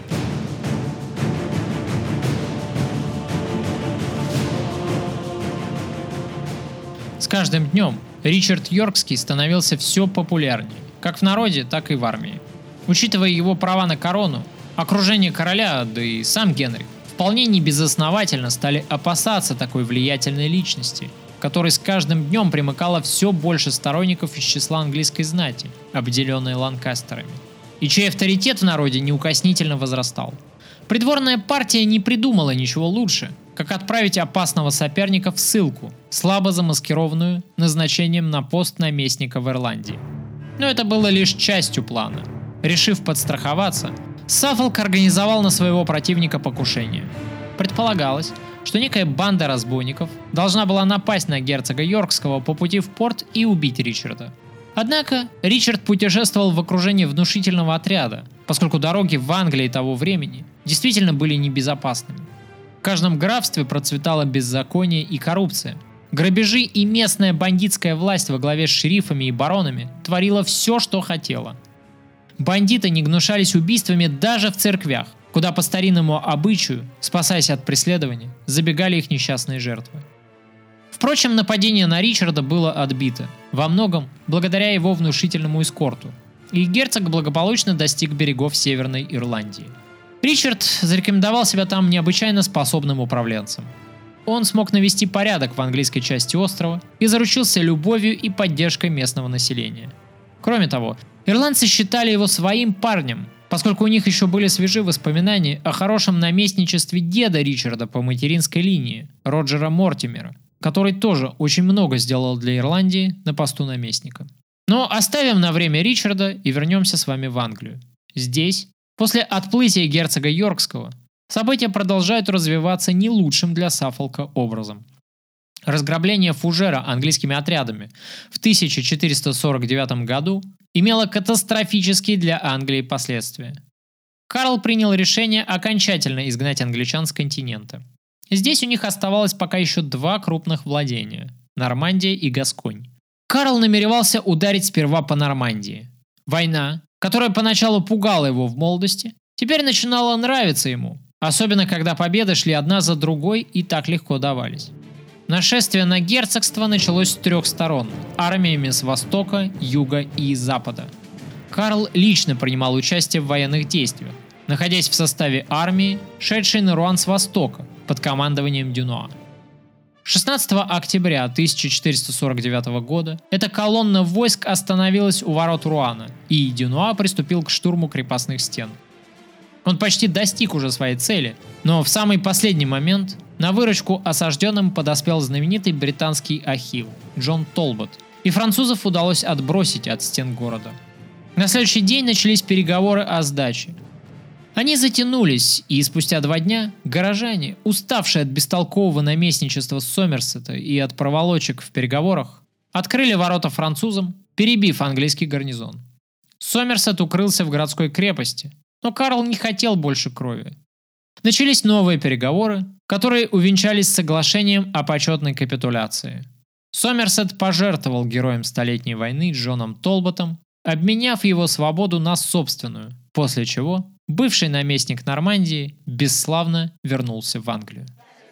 [SPEAKER 10] С каждым днем Ричард Йоркский становился все популярнее, как в народе, так и в армии. Учитывая его права на корону, окружение короля, да и сам Генрих, вполне небезосновательно стали опасаться такой влиятельной личности, которой с каждым днем примыкало все больше сторонников из числа английской знати, обделенной Ланкастерами, и чей авторитет в народе неукоснительно возрастал. Придворная партия не придумала ничего лучше, как отправить опасного соперника в ссылку, слабо замаскированную назначением на пост наместника в Ирландии. Но это было лишь частью плана. Решив подстраховаться, Саффолк организовал на своего противника покушение. Предполагалось, что некая банда разбойников должна была напасть на герцога Йоркского по пути в порт и убить Ричарда. Однако Ричард путешествовал в окружении внушительного отряда, поскольку дороги в Англии того времени действительно были небезопасными. В каждом графстве процветало беззаконие и коррупция. Грабежи и местная бандитская власть во главе с шерифами и баронами творила все, что хотела. Бандиты не гнушались убийствами даже в церквях, куда по старинному обычаю, спасаясь от преследования, забегали их несчастные жертвы. Впрочем, нападение на Ричарда было отбито, во многом благодаря его внушительному эскорту, и герцог благополучно достиг берегов Северной Ирландии. Ричард зарекомендовал себя там необычайно способным управленцем. Он смог навести порядок в английской части острова и заручился любовью и поддержкой местного населения. Кроме того, ирландцы считали его своим парнем, поскольку у них еще были свежи воспоминания о хорошем наместничестве деда Ричарда по материнской линии, Роджера Мортимера, который тоже очень много сделал для Ирландии на посту наместника. Но оставим на время Ричарда и вернемся с вами в Англию. Здесь, после отплытия герцога Йоркского, события продолжают развиваться не лучшим для Саффолка образом. Разграбление Фужера английскими отрядами в 1449 году имело катастрофические для Англии последствия. Карл принял решение окончательно изгнать англичан с континента. Здесь у них оставалось пока еще два крупных владения – Нормандия и Гасконь. Карл намеревался ударить сперва по Нормандии. Война, которая поначалу пугала его в молодости, теперь начинала нравиться ему, особенно когда победы шли одна за другой и так легко давались. Нашествие на герцогство началось с трех сторон – армиями с востока, юга и запада. Карл лично принимал участие в военных действиях, находясь в составе армии, шедшей на Руан с востока под командованием Дюнуа. 16 октября 1449 года эта колонна войск остановилась у ворот Руана, и Дюнуа приступил к штурму крепостных стен. Он почти достиг уже своей цели, но в самый последний момент на выручку осажденным подоспел знаменитый британский ахилл Джон Толбот, и французов удалось отбросить от стен города. На следующий день начались переговоры о сдаче. Они затянулись, и спустя 2 дня горожане, уставшие от бестолкового наместничества Сомерсета и от проволочек в переговорах, открыли ворота французам, перебив английский гарнизон. Сомерсет укрылся в городской крепости, но Карл не хотел больше крови. Начались новые переговоры, которые увенчались соглашением о почетной капитуляции. Сомерсет пожертвовал героем Столетней войны Джоном Толботом, обменяв его свободу на собственную, после чего бывший наместник Нормандии бесславно вернулся в Англию.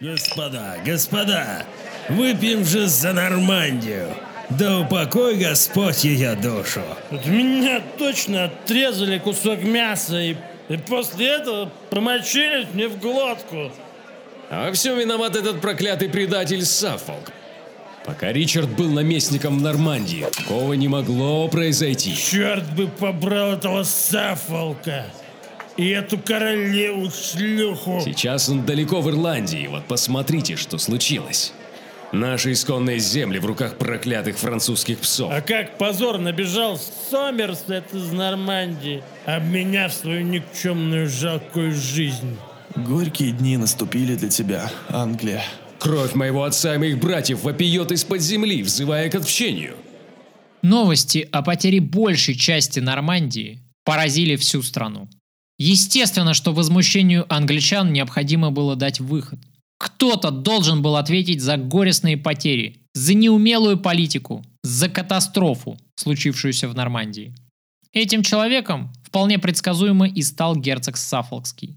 [SPEAKER 5] Господа, выпьем же за Нормандию. Да упокой Господь ее душу.
[SPEAKER 21] От меня точно отрезали кусок мяса и после этого промочили мне в глотку.
[SPEAKER 13] А во всем виноват этот проклятый предатель Саффолк. Пока Ричард был наместником в Нормандии, такого не могло произойти.
[SPEAKER 21] Черт бы побрал этого Саффолка и эту королеву-шлюху.
[SPEAKER 13] Сейчас он далеко в Ирландии, вот посмотрите, что случилось. Наши исконные земли в руках проклятых французских псов.
[SPEAKER 21] А как позорно бежал Сомерсет из Нормандии, обменяв свою никчемную жалкую жизнь.
[SPEAKER 22] Горькие дни наступили для тебя, Англия.
[SPEAKER 13] Кровь моего отца и моих братьев вопиет из-под земли, взывая к отмщению.
[SPEAKER 10] Новости о потере большей части Нормандии поразили всю страну. Естественно, что возмущению англичан необходимо было дать выход. Кто-то должен был ответить за горестные потери, за неумелую политику, за катастрофу, случившуюся в Нормандии. Этим человеком вполне предсказуемо и стал герцог Саффолкский.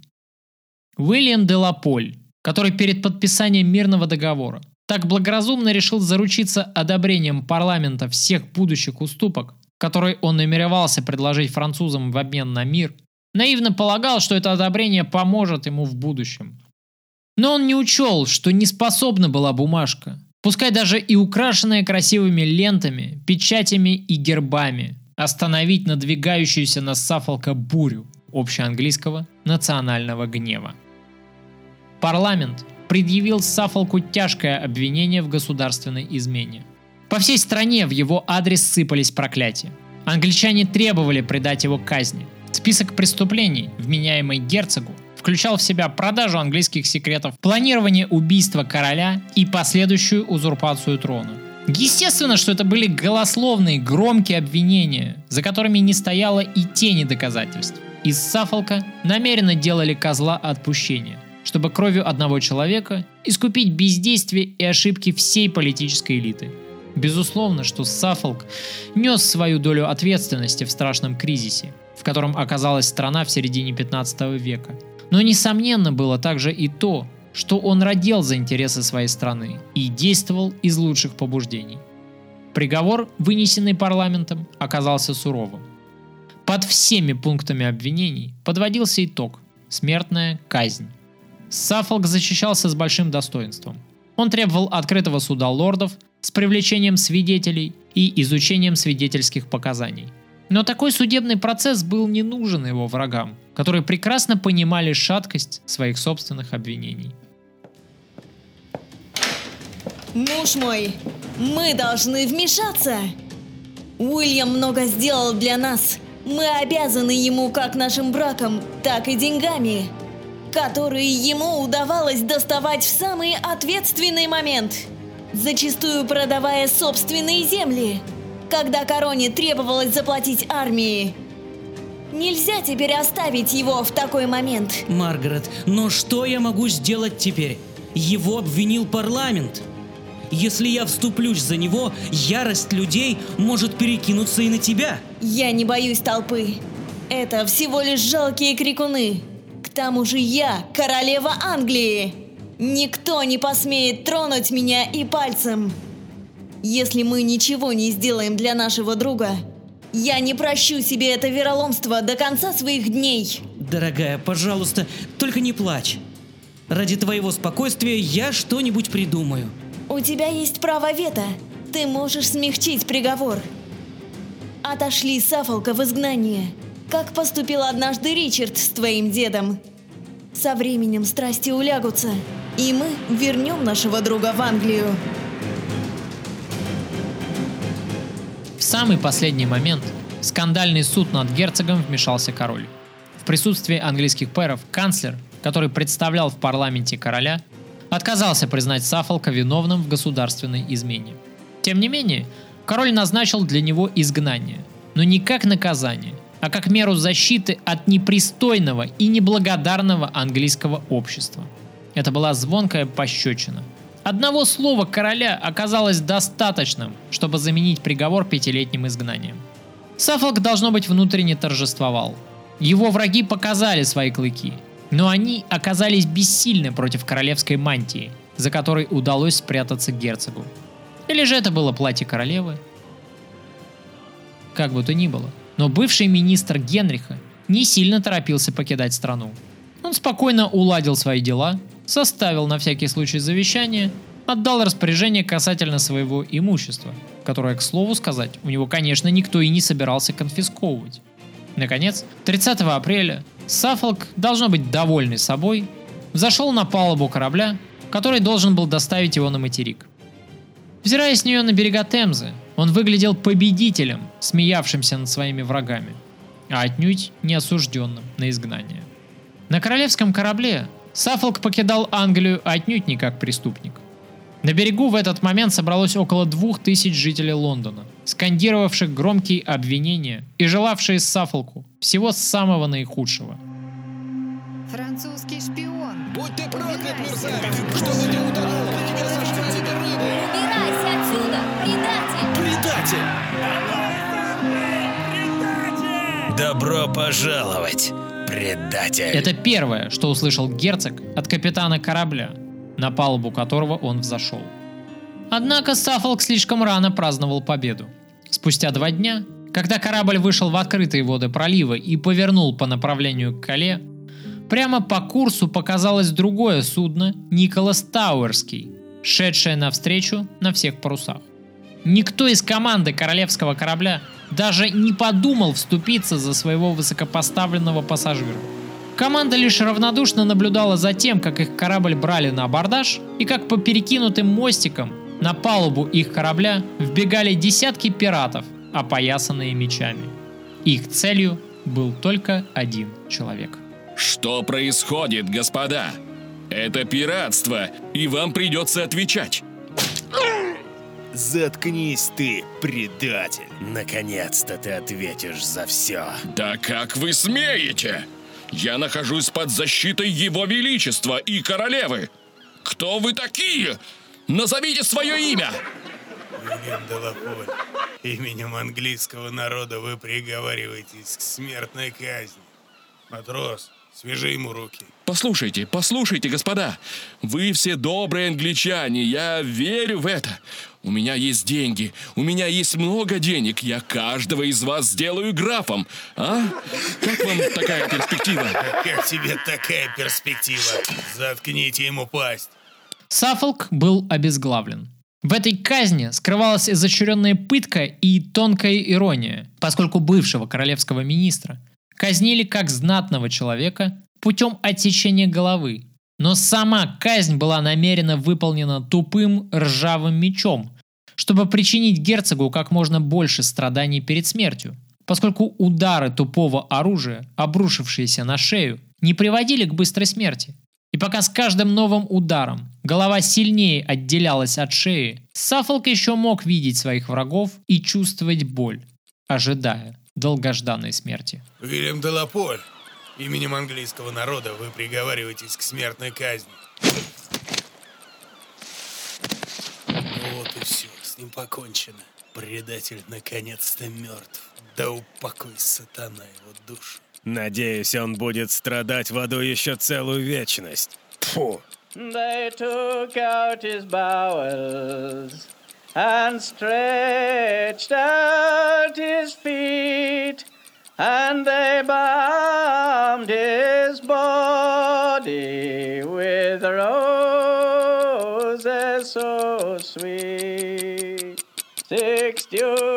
[SPEAKER 10] Уильям де ла Поль, который перед подписанием мирного договора так благоразумно решил заручиться одобрением парламента всех будущих уступок, которые он намеревался предложить французам в обмен на мир, наивно полагал, что это одобрение поможет ему в будущем. Но он не учел, что не способна была бумажка, пускай даже и украшенная красивыми лентами, печатями и гербами, остановить надвигающуюся на Саффолка бурю общеанглийского национального гнева. Парламент предъявил Саффолку тяжкое обвинение в государственной измене. По всей стране в его адрес сыпались проклятия. Англичане требовали предать его казни. Список преступлений, вменяемый герцогу, включал в себя продажу английских секретов, планирование убийства короля и последующую узурпацию трона. Естественно, что это были голословные, громкие обвинения, за которыми не стояло и тени доказательств. Из Саффолка намеренно делали козла отпущения, чтобы кровью одного человека искупить бездействие и ошибки всей политической элиты. Безусловно, что Саффолк нес свою долю ответственности в страшном кризисе, в котором оказалась страна в середине 15 века. Но несомненно было также и то, что он родил за интересы своей страны и действовал из лучших побуждений. Приговор, вынесенный парламентом, оказался суровым. Под всеми пунктами обвинений подводился итог – смертная казнь. Саффолк защищался с большим достоинством. Он требовал открытого суда лордов с привлечением свидетелей и изучением свидетельских показаний. Но такой судебный процесс был не нужен его врагам, которые прекрасно понимали шаткость своих собственных обвинений.
[SPEAKER 8] Муж мой, мы должны вмешаться. Уильям много сделал для нас. Мы обязаны ему как нашим браком, так и деньгами, которые ему удавалось доставать в самый ответственный момент, зачастую продавая собственные земли, когда короне требовалось заплатить армии. Нельзя теперь оставить его в такой момент.
[SPEAKER 7] Маргарет, но что я могу сделать теперь? Его обвинил парламент. Если я вступлюсь за него, ярость людей может перекинуться и на тебя.
[SPEAKER 8] Я не боюсь толпы. Это всего лишь жалкие крикуны. К тому же я королева Англии. Никто не посмеет тронуть меня и пальцем. Если мы ничего не сделаем для нашего друга, я не прощу себе это вероломство до конца своих дней.
[SPEAKER 7] Дорогая, пожалуйста, только не плачь. Ради твоего спокойствия я что-нибудь придумаю.
[SPEAKER 8] У тебя есть право вето. Ты можешь смягчить приговор. Отошли Саффолка в изгнание, как поступил однажды Ричард с твоим дедом. Со временем страсти улягутся, и мы вернем нашего друга в Англию.
[SPEAKER 10] В самый последний момент в скандальный суд над герцогом вмешался король. В присутствии английских пэров канцлер, который представлял в парламенте короля, отказался признать Саффолка виновным в государственной измене. Тем не менее, король назначил для него изгнание, но не как наказание, а как меру защиты от непристойного и неблагодарного английского общества. Это была звонкая пощечина. Одного слова короля оказалось достаточным, чтобы заменить приговор 5-летним изгнанием. Саффолк, должно быть, внутренне торжествовал. Его враги показали свои клыки, но они оказались бессильны против королевской мантии, за которой удалось спрятаться герцогу. Или же это было платье королевы? Как бы то ни было, но бывший министр Генриха не сильно торопился покидать страну. Он спокойно уладил свои дела, составил на всякий случай завещание, отдал распоряжение касательно своего имущества, которое, к слову сказать, у него, конечно, никто и не собирался конфисковывать. Наконец, 30 апреля Саффолк, должно быть довольный собой, взошел на палубу корабля, который должен был доставить его на материк. Взирая с нее на берега Темзы, он выглядел победителем, смеявшимся над своими врагами, а отнюдь не осужденным на изгнание. На королевском корабле Саффолк покидал Англию отнюдь не как преступник. На берегу в этот момент собралось около 2000 жителей Лондона, скандировавших громкие обвинения и желавшие Саффолку всего самого наихудшего.
[SPEAKER 2] Французский шпион.
[SPEAKER 14] Будь ты проклят, мерзавец! Чтобы не утонул, на тебя сожгли тебе рыбы!
[SPEAKER 17] Убирайся отсюда, предатель!
[SPEAKER 14] Предатель!
[SPEAKER 5] Добро пожаловать, предатель!
[SPEAKER 10] Это первое, что услышал герцог от капитана корабля, на палубу которого он взошел. Однако Саффолк слишком рано праздновал победу. Спустя 2 дня, когда корабль вышел в открытые воды пролива и повернул по направлению к Кале, прямо по курсу показалось другое судно, Николас Тауэрский, шедшее навстречу на всех парусах. Никто из команды королевского корабля даже не подумал вступиться за своего высокопоставленного пассажира. Команда лишь равнодушно наблюдала за тем, как их корабль брали на абордаж и как по перекинутым мостикам на палубу их корабля вбегали десятки пиратов, опоясанные мечами. Их целью был только один человек.
[SPEAKER 15] Что происходит, господа? Это пиратство, и вам придется отвечать.
[SPEAKER 18] Заткнись ты, предатель. Наконец-то ты ответишь за все.
[SPEAKER 15] Да как вы смеете? Я нахожусь под защитой Его Величества и королевы. Кто вы такие? Назовите свое имя.
[SPEAKER 3] Вильям де ла Поль, именем английского народа вы приговариваетесь к смертной казни. Матрос, свяжи ему руки.
[SPEAKER 15] Послушайте, господа. Вы все добрые англичане, я верю в это. У меня есть деньги, у меня есть много денег. Я каждого из вас сделаю графом. А? Как вам такая перспектива?
[SPEAKER 3] Как тебе такая перспектива? Заткните ему пасть.
[SPEAKER 10] Саффолк был обезглавлен. В этой казни скрывалась изощренная пытка и тонкая ирония, поскольку бывшего королевского министра казнили как знатного человека путем отсечения головы. Но сама казнь была намеренно выполнена тупым ржавым мечом, чтобы причинить герцогу как можно больше страданий перед смертью, поскольку удары тупого оружия, обрушившиеся на шею, не приводили к быстрой смерти. И пока с каждым новым ударом голова сильнее отделялась от шеи, Саффолк еще мог видеть своих врагов и чувствовать боль, ожидая долгожданной смерти.
[SPEAKER 3] Вильям де ла Поль, именем английского народа вы приговариваетесь к смертной казни. Вот и все, с ним покончено. Предатель наконец-то мертв. Да упокой сатана его душу.
[SPEAKER 23] Надеюсь, он будет страдать в аду еще целую вечность. Фу.
[SPEAKER 24] They took out his bowels and stretched out his feet, and they bound his body with roses so sweet. 6 due